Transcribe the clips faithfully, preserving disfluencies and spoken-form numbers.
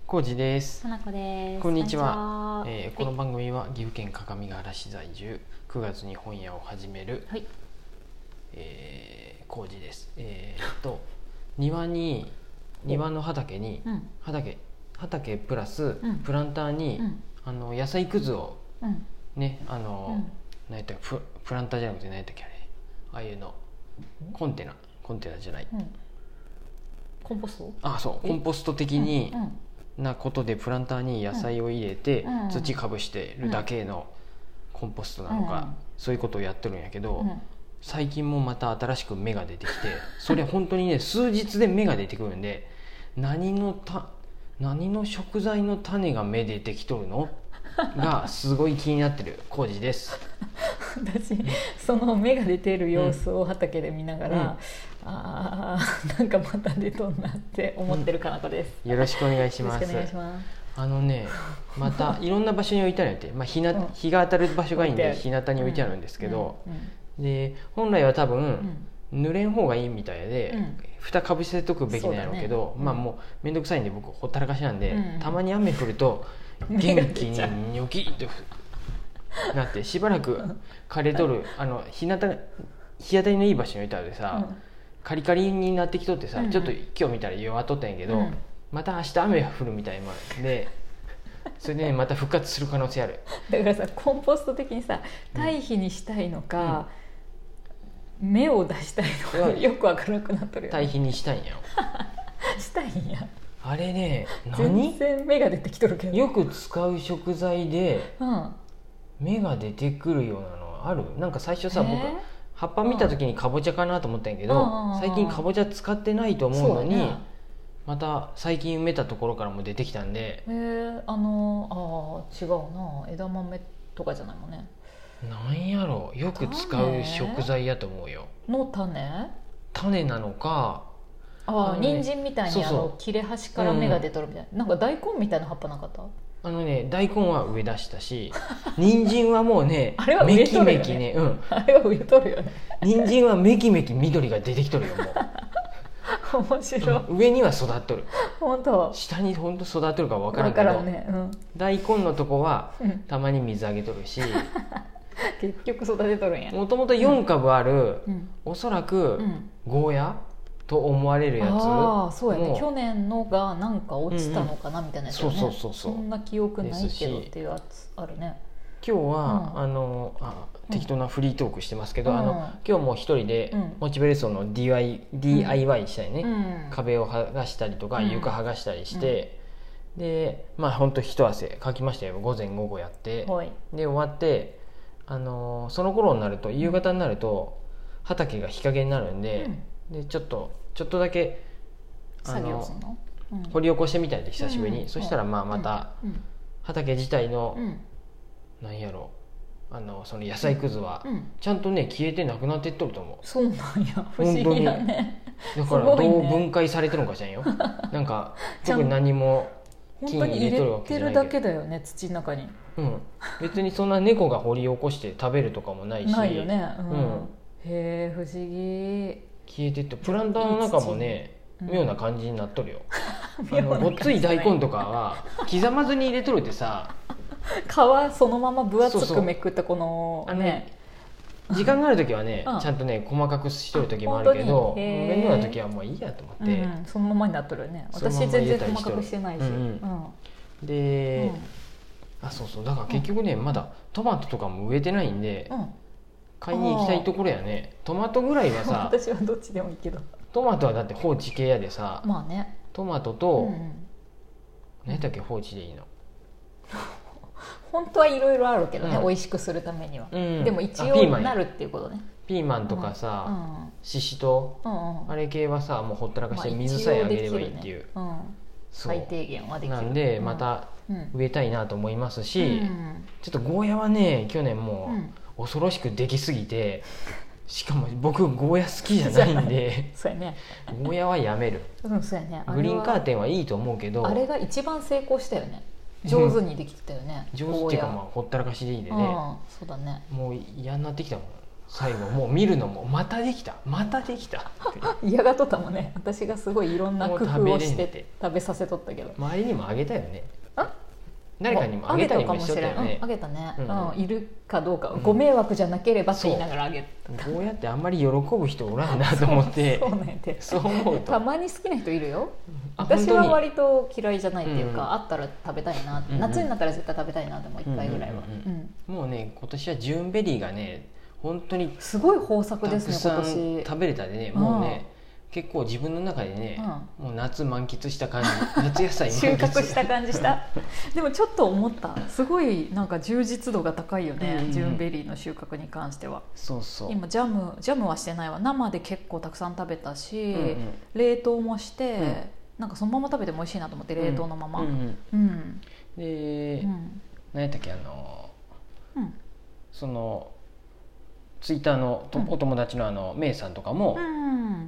コウジです。 花子です。 こんにちは。 こんにちは。 えー、この番組は岐阜県各務原市在住、くがつに本屋を始める、 はいえー、コウジです。えー、っと庭に庭の畑に、 うん、 畑畑プラス、 うん、 プランターに、 うん、 あの野菜くずを、 うん、 ねあの、 うん、 何やったっけ、ププランターじゃなくて何やったっけあれ、ああいうのコンテナコンテナじゃない、 うん、コンポスト？ あそうコンポスト的に、 うんうんなことでプランターに野菜を入れて、 うん、 土かぶしてるだけのコンポストなのか、うん、そういうことをやってるんやけど、うん、最近もまた新しく芽が出てきて、それ本当にね数日で芽が出てくるんで、何のた何の食材の種が芽出てきとるのがすごい気になってるコウジです。 私その芽が出てる様子を畑で見ながら、うん、あーなんかまた出とんなって思ってるかなこです、 うん、よろしくお願いします。 よろしくお願いします。 あのねまたいろんな場所に置いてあるんやって、まあ、日な、うん、日が当たる場所がいいんで日向に置いてあるんですけど、うんうんうん、で本来は多分、うん、濡れん方がいいみたいで、うん、蓋かぶせとくべきなんやろうけど、ね、まあもうめんどくさいんで僕ほったらかしなんで、うん、たまに雨降ると元気にニョキッとなってしばらく枯れとるあの日向日当たりのいい場所に置いてあるでさ、うん、カリカリになってきとってさ、うん、ちょっと今日見たら弱っとったんやけど、うん、また明日雨が降るみたいでそれで、ね、また復活する可能性ある。 だからさコンポスト的にさ堆肥にしたいのか、うん、芽を出したいのかよくわからなくなっとるよ、ね、 堆肥にしたいんやしたいんや。 あれね何全然芽が出てきとるけどよく使う食材で、 うん芽が出てくるようなのある？なんか最初さ、僕葉っぱ見た時にかぼちゃかなと思ったんやけど、うん、最近かぼちゃ使ってないと思うのに、ね、また最近埋めたところからも出てきたんで、 へえ、あのあ違うな、枝豆とかじゃないもんね。 なんやろよく使う食材やと思うよ。 の種種なのか、 ああ、ね、人参みたいにあの切れ端から芽が出とるみたいな、うん、なんか大根みたいな葉っぱなかった？ あのね、大根は植え出したし人参はもうねあれは植えとるよね、 めきめきね、うん、 あれは植えとるよね人参はめきめき緑が出てきとるよもう面白い、 うん、上には育っとる、 本当下に本当育っとるか分からんけど、 ね、うん、 大根のとこはたまに水あげとるし、うん、 結局育てとるんや。 もともとよんかぶある、 うん、 おそらくゴーヤと思われるやつ、 ああそうやね、去年のがなんか落ちたのかなみたいなやつよね、 そうそうそうそう、 そんな記憶ないけどっていうやつあるね。 今日は、うん、あのあ適当なフリートークしてますけど、うん、あの今日も一人で、うん、モチベレーションの ディーアイ、ディーアイワイ したりね、うん、壁を剥がしたりとか、うん、床剥がしたりして、うん、でまあ本当一汗かきましたよ。午前午後やって、はい、で終わって、あのその頃になると夕方になると畑が日陰になるんで、うん、でちょっとちょっとだけあの作業するの、うん、 掘り起こしてみたいで久しぶりに、 うん、 そしたらまあまた畑自体の、うん、なんやろあのその野菜くずはちゃんとね消えてなくなっていっとると思う。 そうなんや、不思議だね。 だからどう分解されてるのかしらんよなんか特に何も菌入れとるわけじゃないけど、 本当に入れてるだけだよね、土の中に、 うん、別にそんな猫が掘り起こして食べるとかもないしないよね、うんうん、 へえ不思議。 消えてってプランターの中もね妙な感じになっとるよ、うん、あのごっつい大根とかは刻まずに入れとるってさ皮そのまま分厚くめくったこのそうそう、ね、時間がある時はね、うん、ちゃんとね細かくしとる時もあるけど面倒な時はもういいやと思って、 うん、そのままになっとるよね。私全然細かくしてないし、うんうん、で、うん、あそうそうだから結局ね、うん、まだトマトとかも植えてないんで、うん、買いに行きたいところやね。トマトぐらいはさ私はどっちでもいいけど、 トマトはだって放置系やでさ、 まあね、 トマトと、うん、何だっけ放置でいいの本当はいろいろあるけどね、うん、美味しくするためには、うん、でも一応なるっていうことね。 ピーマンとかさ、うん、シシトウ、うんうん、あれ系はさもうほったらかして水さえあげればいいっていう、まあね、うん、 最低限はできる。 なんでまた植えたいなと思いますし、うん、ちょっとゴーヤはね去年もう恐ろしくできすぎて、しかも僕ゴーヤ好きじゃないんでそうやね、 ゴーヤはやめる、 うん、そうやね、 グリーンカーテンはいいと思うけどあれが一番成功したよね。上手にできてたよね、 うん、上手っていうかまあほったらかしでいいでね、 うん、そうだね、 もう嫌になってきたもん最後もう見るのもまたできたまたできたって嫌がっとったもんね。私がすごいいろんな工夫をして食べさせとったけど、 周りにもあげたよね。 あ誰かにもあげたりもしとったよね。 あげたね、 うんうん、いるかどうか、ご迷惑じゃなければって言いながらあげた。 こうやってあんまり喜ぶ人おらんなと思ってそうねってそう思うとたまに好きな人いるよ。 あ私は割と嫌いじゃないっていうか、 うんあったら食べたいなって、 うん夏になったら絶対食べたいなってもう一回ぐらいは、 うんうんうんもうね今年はジューンベリーがね本当にすごい豊作たですねくさん今年。 食べれたでね、もうね結構自分の中でね、もう夏満喫した感じ夏野菜満収喫穫した感じしたでもちょっと思った、すごいなんか充実度が高いよね、 うんうん、 ジューンベリーの収穫に関しては。 そうそう今ジャムジャムはしてないわ、生で結構たくさん食べたし、 うんうん、 冷凍もして、 うん、 なんかそのまま食べても美味しいなと思って、冷凍のまま、 うんうんうん、 で、 うん、 何やったっけあの、 うん、 そのツイッターのと、 うん、 お友達のあのメイさんとかも、 うん、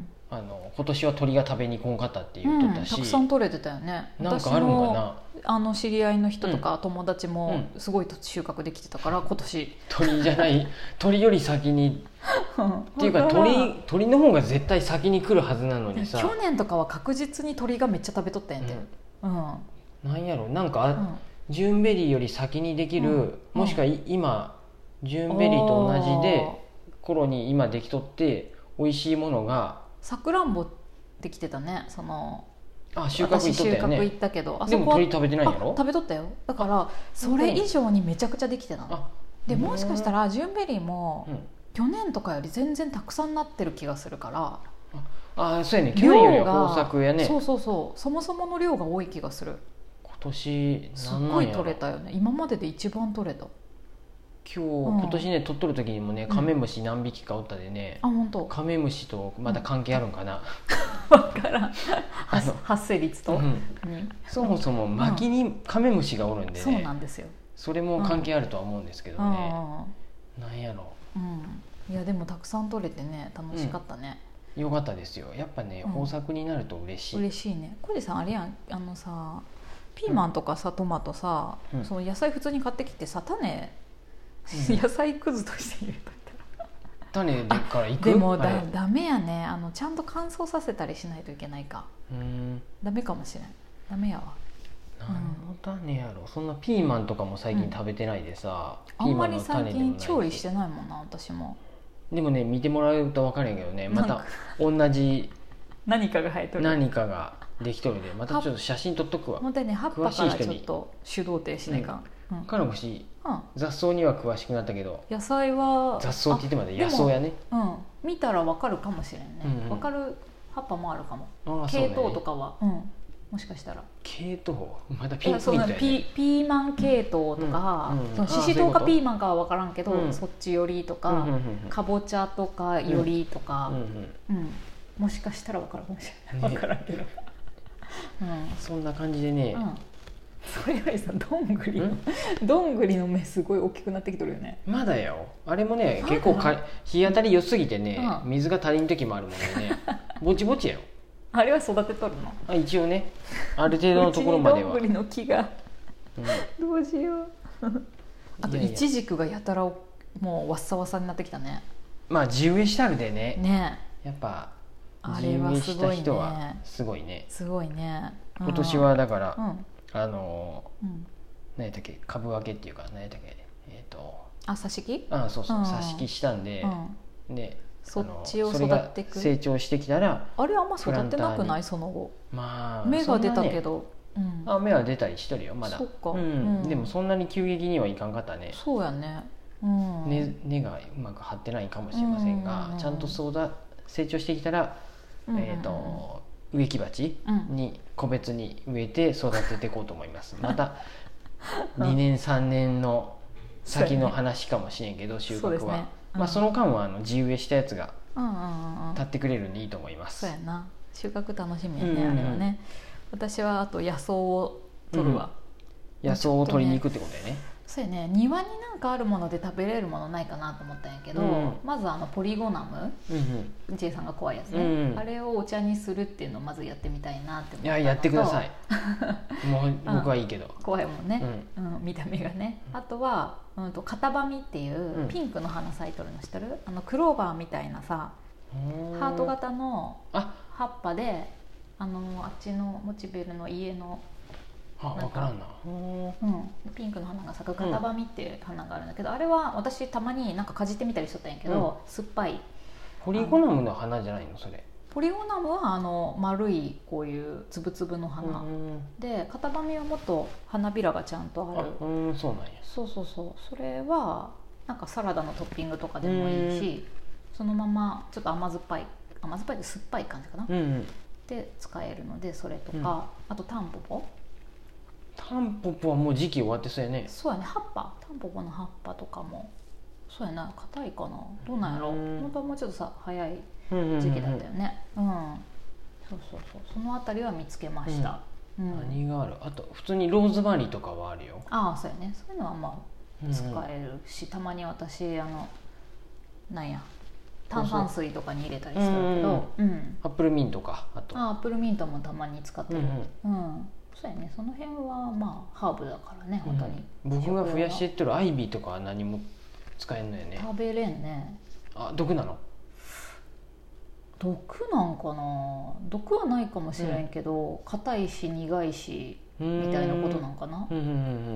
あの今年は鳥が食べに来んかったって言っとったし、 うん、たくさん取れてたよね。 なんかあるんかな、 あの知り合いの人とかうん友達もすごい収穫できてたから今年鳥じゃない鳥より先にっていうか鳥鳥の方が絶対先に来るはずなのにさ、 去年とかは確実に鳥がめっちゃ食べとったんやて、うんうん、 なんやろなんか、 うん、 ジューンベリーより先にできる、 うん、 もしくは今ジューンベリーと同じで頃に今できとって美味しいものがさくらんぼできてたね。そのあ収穫行っとったよね。 私収穫行ったけど、あでも鳥食べてないんやろ。 食べとったよ。だからそれ以上にめちゃくちゃできてたので、もしかしたらジューンベリーも去年とかより全然たくさんなってる気がするから、 ああそうやね、去年よりは豊作やね。 そうそうそう、そもそもの量が多い気がする。 今年すっごい取れたよね。今までで一番取れた。 今日、うん、今年ね取っとる時にもねカメムシ何匹かおったでね、 うん、あ本当カメムシとまだ関係あるんかな、 分からん発生率と、うん、 そもそも薪にカメムシがおるんでね、 そうなんですよ。 それも関係あるとは思うんですけどね、うん、なんやろ、 うん、いやでもたくさん取れてね楽しかったね、 うん、よかったですよ。やっぱね、うん、豊作になると嬉しい。 嬉しいね。小路さんあれやん、あのさピーマンとかさトマトさ、うん、その野菜普通に買ってきてさ種うん、野菜くずとして入れといたら種でからいく。 でもだダメやね、あのちゃんと乾燥させたりしないといけないか。 うん、 ダメかもしれない。ダメやわ。 何の種やろ、そんなピーマンとかも最近食べてないでさ、 うん、あんまり最近調理してないもんな私も。 でもね見てもらうと分かるんやけどね、また同じ何かが生えとる、 何かができとるで、またちょっと写真撮っとくわ。 ほんでね葉っぱからちょっと手動停しないかん、 うん、かのこし、うん、雑草には詳しくなったけど、 野菜は雑草って言ってまで野草やね。 うん、見たら分かるかもしれんね、うんうん、分かる葉っぱもあるかも。系統とかは、うん、もしかしたら系統まだピンクみたいな、ね、 ピ, ピーマン系統とか、ししとうかピーマンかは分からんけど、うん、そっち寄りとか、うんうんうん、かぼちゃとか寄りとか、うんうんうん、もしかしたら分かるかもしれない、ね、分からんけど、 うん、そんな感じでね、うん、 それよりさどんぐりのどんぐりの芽すごい大きくなってきとるよね。 まだよ。あれもね結構か日当たり良すぎてね、うん、水が足りん時もあるもんねぼちぼちやよ。 あれは育てとるの？ あ一応ねある程度のところまでは。 うちにどんぐりの木が、うん、どうしようあとイチジクがやたらもうわっさわさになってきたね。 まあ地植えしたるでね、 ねやっぱあれはすごいね、 人はすごいね。 すごいね。 今年はだから、 うん、 あの、うん、何やったっけ株分けっていうか何やったっけえっ、ー、とあ挿し木？ あそうそう、うん、挿し木したんで、うん、でそっちを育っていく。 成長してきたらあれあんま育ってなくないその後。 まあ芽が出たけど、 ねうん、あ芽は出たりしとるよまだ。 そっか、 うんうん、でもそんなに急激にはいかんかったね。 そうやね、うん、 根, 根がうまく張ってないかもしれませんが、うんうん、ちゃんとそうだ成長してきたら、うんうんえー、と植木鉢に個別に植えて育てていこうと思います、うん、またにねんさんねんの先の話かもしれんけど、収穫は、ねうんまあ、その間はあの地植えしたやつが立ってくれるんでいいと思います。 そうやな、収穫楽しみやね、うんうん、あれはね。私はあと野草を取るわ、 うん、野草を取りに行くってことだよね。 そうやね、庭になんかあるもので食べれるものないかなと思ったんやけど、うん、まずあのポリゴナム、うんうん、ジェイさんが怖いやつね、うんうん、あれをお茶にするっていうのをまずやってみたいなって思ったのと、 いややってくださいもう僕はいいけど、 うん、怖いもんね、うんうん、見た目がね。あとは、うん、と片ばみっていうピンクの花咲いとるの知ってる？あのクローバーみたいなさ、ハート型の葉っぱで、あのあっちのモチベルの家のあ、分からんな、 うん、ピンクの花が咲く片ばみっていう花があるんだけど、うん、あれは私たまになんかかじってみたりしとったんやけど、うん、酸っぱい。 ポリゴナムの花じゃないのそれ？ ポリゴナムはあの丸いこういうつぶつぶの花、うん、で片ばみはもっと花びらがちゃんとある。 あ、うん、そうなんや。 そうそうそう。それはなんかサラダのトッピングとかでもいいし、そのままちょっと甘酸っぱい甘酸っぱいで酸っぱい感じかな、うんうん、で使えるのでそれとか、うん、あとタンポポタンポポはもう時期終わってそうやね。 そうやね。葉っぱタンポポの葉っぱとかもそうやな。硬いかな、どうなんやろ。本当はもうちょっとさ早い時期だったよね。うん、うんうん、そうそうそう。そのあたりは見つけました、 うんうん、何がある？あと普通にローズマリーとかはあるよ。 ああそうやね。そういうのはまあ使えるし、うんうん、たまに私あのなんや炭酸水とかに入れたりするけど、 うんうん、アップルミントか。あとあアップルミントもたまに使ってる、うんうん、そうやね。その辺はまあハーブだからね本当に、 うん、僕が増やしていってるアイビーとかは何も使えんのよね。 食べれんね。 あ、毒なの？ 毒なんかな。毒はないかもしれんけど硬、うん、いし苦いしみたいなことなんかな、うんうんうん、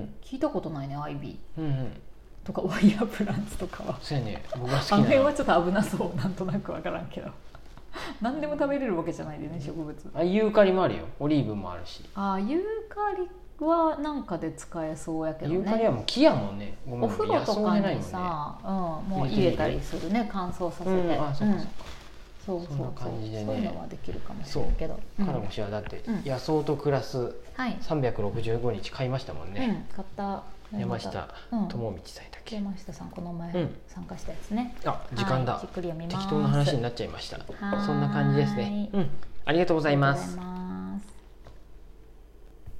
聞いたことないねアイビー、うんうん、とかワイヤープランツとかは。 そうやね。僕が好きなあの辺はちょっと危なそうなんとなく分からんけど何でも食べれるわけじゃないでね植物。 あ、ユーカリもあるよ。オリーブもあるし。 あ、ユーカリはなんかで使えそうやけどね。 ユーカリはもう木やもんね。ごめん、 お風呂とかにさ、うん、もう入れたりするね。乾燥させて、うん、あ、そうかそうか、うん、そうそうそう、そんな感じでね。そういうのはできるかもしれないけど、 カラムシはだって、うん、野草と暮らすさんびゃくろくじゅうごにち買いましたもんね、 うん、買った。 山下智道さんだっけ。 山下さんこの前参加したやつね、 うん、あ、時間だ、 はい、じっくり読みます。 適当な話になっちゃいました。そんな感じですね、うん、ありがとうございます。